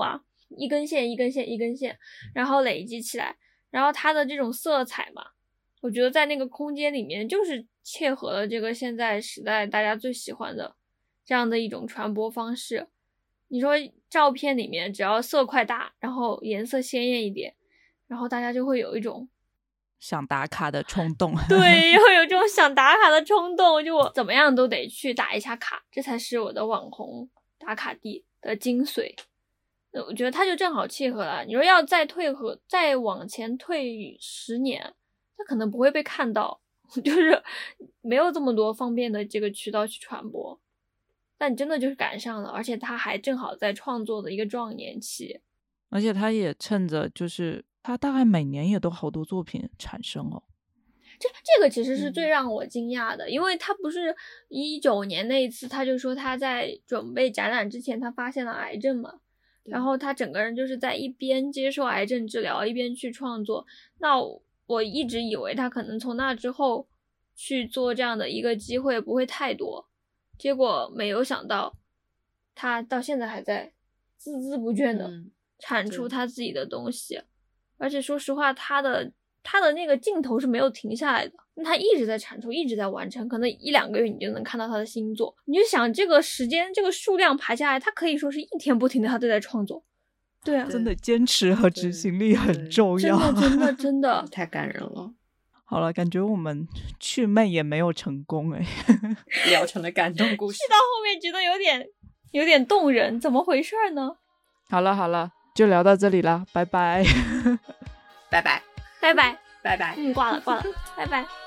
一根线一根线一根线，然后累积起来，然后它的这种色彩嘛，我觉得在那个空间里面就是切合了这个现在时代大家最喜欢的这样的一种传播方式。你说照片里面只要色块大，然后颜色鲜艳一点，然后大家就会有一种
想打卡的冲动。
对，又有这种想打卡的冲动，就我怎么样都得去打一下卡，这才是我的网红打卡地的精髓。我觉得它就正好契合了。你说要再退和再往前退十年，它可能不会被看到，就是没有这么多方便的这个渠道去传播。但你真的就是赶上了，而且它还正好在创作的一个壮年期，
而且它也趁着就是它大概每年也都好多作品产生哦。
这这个其实是最让我惊讶的，嗯、因为他不是一九年那一次，他就说他在准备展览之前，他发现了癌症嘛，然后他整个人就是在一边接受癌症治疗，一边去创作。那我一直以为他可能从那之后去做这样的一个机会不会太多，结果没有想到，他到现在还在孜孜不倦的产出他自己的东西，嗯、而且说实话，他的。他的那个镜头是没有停下来的，他一直在产出，一直在完成，可能一两个月你就能看到他的新作。你就想这个时间这个数量排下来，他可以说是一天不停的他都在创作。对啊，
真的坚持和执行力很重要，
真的真的真的
太感人了。
好了，感觉我们祛魅也没有成功哎，
聊成了感动故事。
去到后面觉得有点有点动人，怎么回事呢？
好了好了，就聊到这里了，拜拜，
拜拜。
拜拜，
拜拜。
嗯，挂了，挂了，拜拜。